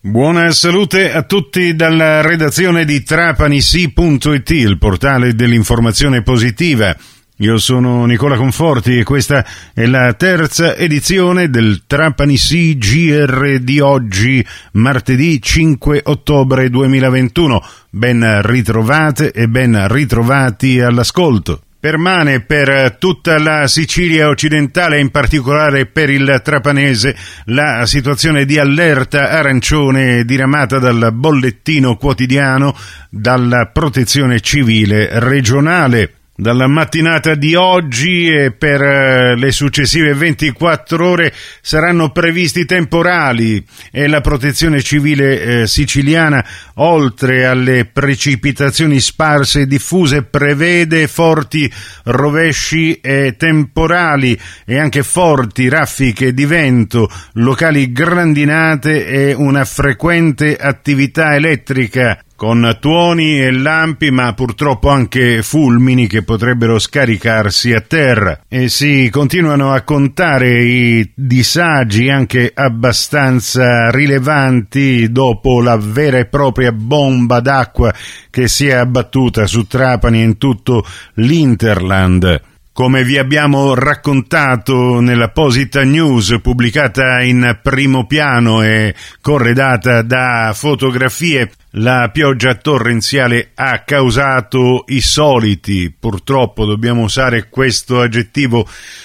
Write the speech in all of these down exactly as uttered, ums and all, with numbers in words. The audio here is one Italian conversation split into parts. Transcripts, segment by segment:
Buona salute a tutti dalla redazione di Trapani Sì punto it, il portale dell'informazione positiva. Io sono Nicola Conforti e questa è la terza edizione del Trapani Sì G R di oggi, martedì cinque ottobre duemilaventuno. Ben ritrovate e ben ritrovati all'ascolto. Permane per tutta la Sicilia occidentale, in particolare per il trapanese, la situazione di allerta arancione diramata dal bollettino quotidiano dalla Protezione Civile regionale. Dalla mattinata di oggi e per le successive ventiquattro ore saranno previsti temporali e la Protezione Civile eh, siciliana, oltre alle precipitazioni sparse e diffuse, prevede forti rovesci e temporali e anche forti raffiche di vento, locali grandinate e una frequente attività elettrica, con tuoni e lampi, ma purtroppo anche fulmini che potrebbero scaricarsi a terra. E si continuano a contare i disagi anche abbastanza rilevanti dopo la vera e propria bomba d'acqua che si è abbattuta su Trapani e in tutto l'Interland. Come vi abbiamo raccontato nella Posita News, pubblicata in primo piano e corredata da fotografie, la pioggia torrenziale ha causato i soliti, purtroppo dobbiamo usare questo aggettivo,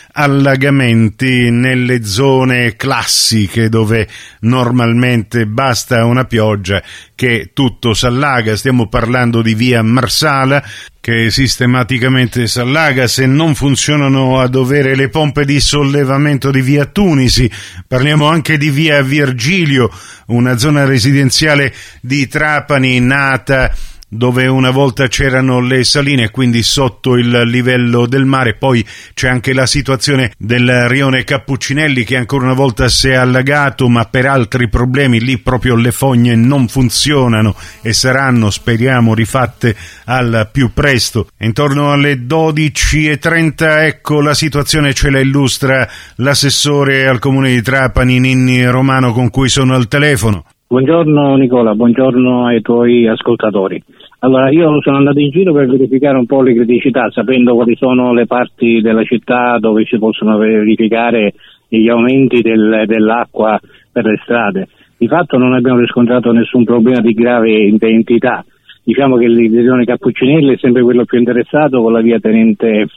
allagamenti nelle zone classiche dove normalmente basta una pioggia che tutto s'allaga. Stiamo parlando di via Marsala, che sistematicamente s'allaga se non funzionano a dovere le pompe di sollevamento di via Tunisi. Parliamo anche di via Virgilio, una zona residenziale di Trapani nata dove una volta c'erano le saline, quindi sotto il livello del mare. Poi c'è anche la situazione del rione Cappuccinelli che ancora una volta si è allagato, ma per altri problemi. Lì proprio le fogne non funzionano e saranno, speriamo, rifatte al più presto. Intorno alle dodici e trenta, ecco, la situazione ce la illustra l'assessore al comune di Trapani, Ninni Romano, con cui sono al telefono. Buongiorno Nicola, buongiorno ai tuoi ascoltatori. Allora, io sono andato in giro per verificare un po' le criticità, sapendo quali sono le parti della città dove si possono verificare gli aumenti del, dell'acqua per le strade. Di fatto non abbiamo riscontrato nessun problema di grave entità. Diciamo che il rione Cappuccinelli è sempre quello più interessato, con la via Tenente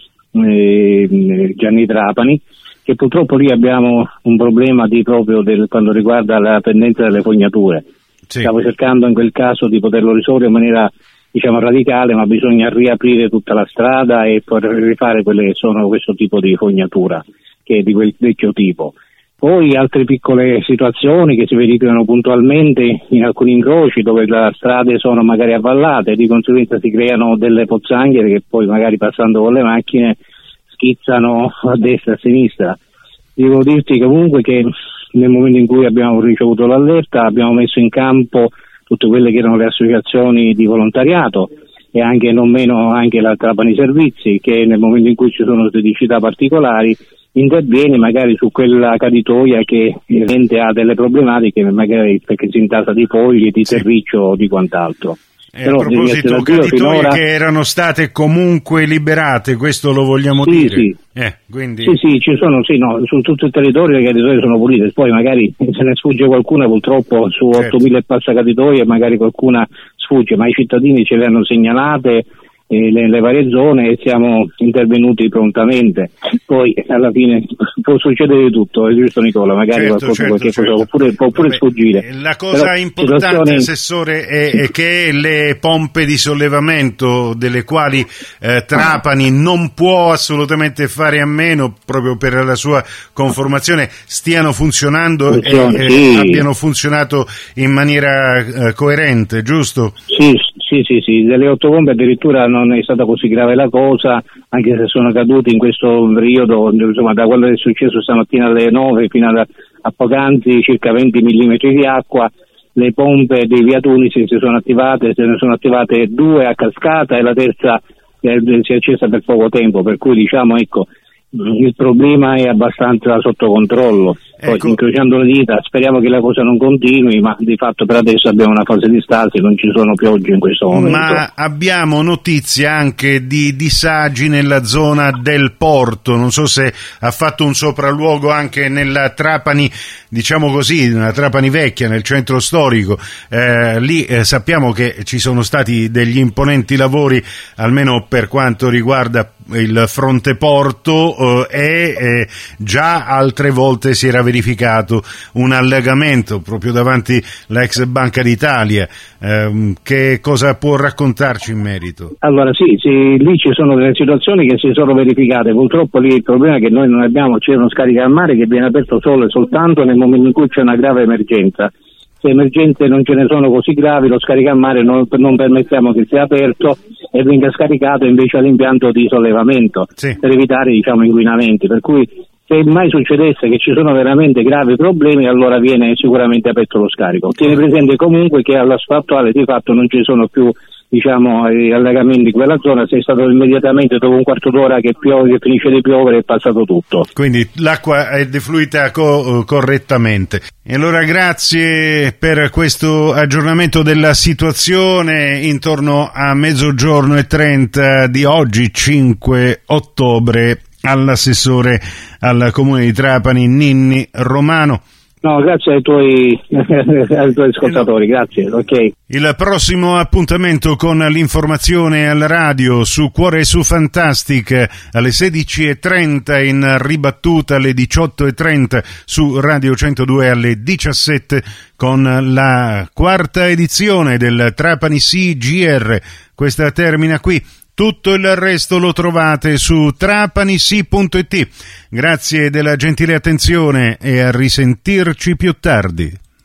eh, Gianni Trapani, che purtroppo lì abbiamo un problema di proprio del, quando riguarda la pendenza delle fognature. Sì. Stavo cercando in quel caso di poterlo risolvere in maniera, diciamo, radicale, ma bisogna riaprire tutta la strada e poi rifare quelle che sono questo tipo di fognatura, che è di quel vecchio tipo. Poi altre piccole situazioni che si verificano puntualmente in alcuni incroci dove le strade sono magari avvallate, di conseguenza si creano delle pozzanghere che poi magari passando con le macchine schizzano a destra e a sinistra. Devo dirti comunque che nel momento in cui abbiamo ricevuto l'allerta abbiamo messo in campo tutte quelle che erano le associazioni di volontariato e anche non meno anche la Trapani Servizi, che nel momento in cui ci sono criticità particolari interviene magari su quella caditoia che evidente ha delle problematiche, magari perché si intasa di foglie, di terriccio o di quant'altro. E a proposito, caditoie finora... che erano state comunque liberate, questo lo vogliamo sì, dire? Sì. Eh, quindi... sì, sì, ci sono, sì, no, su tutto il territorio le caditoie sono pulite, poi magari se ne sfugge qualcuna, purtroppo su certo. ottomila e passa caditoie magari qualcuna sfugge, ma i cittadini ce le hanno segnalate eh, le, le varie zone e siamo intervenuti prontamente. Poi alla fine può succedere di tutto, è giusto Nicola, magari certo, qualcosa, certo, qualche certo. cosa può pure, può pure Vabbè, sfuggire. La cosa Però, importante, situazione... Assessore, è, è che le pompe di sollevamento, delle quali eh, Trapani non può assolutamente fare a meno proprio per la sua conformazione, stiano funzionando Funzione, e sì. eh, abbiano funzionato in maniera eh, coerente, giusto? Sì, sì, sì, sì, delle otto pompe addirittura non è stata così grave la cosa, anche se sono caduti in questo periodo, insomma, da quello che è successo stamattina alle nove fino a, a poc'anzi circa venti millimetri di acqua. Le pompe dei via Tunisi si sono attivate, se ne sono attivate due a cascata e la terza eh, si è accesa per poco tempo, per cui diciamo ecco il problema è abbastanza sotto controllo. Poi ecco, incrociando le dita speriamo che la cosa non continui, ma di fatto per adesso abbiamo una fase di stasi, non ci sono piogge in questo momento. Ma abbiamo notizia anche di disagi nella zona del porto, non so se ha fatto un sopralluogo anche nella Trapani, diciamo così, nella Trapani vecchia, nel centro storico, eh, lì eh, sappiamo che ci sono stati degli imponenti lavori, almeno per quanto riguarda il fronte porto, eh, e eh, già altre volte si era verificato un allagamento proprio davanti all'ex Banca d'Italia. Eh, che cosa può raccontarci in merito? Allora sì, sì, lì ci sono delle situazioni che si sono verificate, purtroppo lì il problema è che noi non abbiamo, c'è uno scarico al mare che viene aperto solo e soltanto nel momento in cui c'è una grave emergenza. Se emergenze non ce ne sono così gravi, lo scarico al mare non, non permettiamo che sia aperto e venga scaricato invece all'impianto di sollevamento, sì, per evitare, diciamo, inquinamenti, per cui se mai succedesse che ci sono veramente gravi problemi, allora viene sicuramente aperto lo scarico. Tieni presente comunque che allo stato attuale di fatto non ci sono più, diciamo, allagamenti in quella zona, sei stato immediatamente dopo un quarto d'ora che piove, che finisce di piovere, è passato tutto. Quindi l'acqua è defluita co- correttamente. E allora grazie per questo aggiornamento della situazione intorno a mezzogiorno e trenta di oggi, cinque ottobre, all'assessore al comune di Trapani, Ninni Romano. No, grazie ai tuoi, ai tuoi ascoltatori, grazie, ok. Il prossimo appuntamento con l'informazione alla radio su Cuore e su Fantastic alle sedici e trenta, in ribattuta alle diciotto e trenta su Radio centodue alle diciassette con la quarta edizione del Trapani Sea G R. Questa termina qui. Tutto il resto lo trovate su trapanisi punto it. Grazie della gentile attenzione e a risentirci più tardi.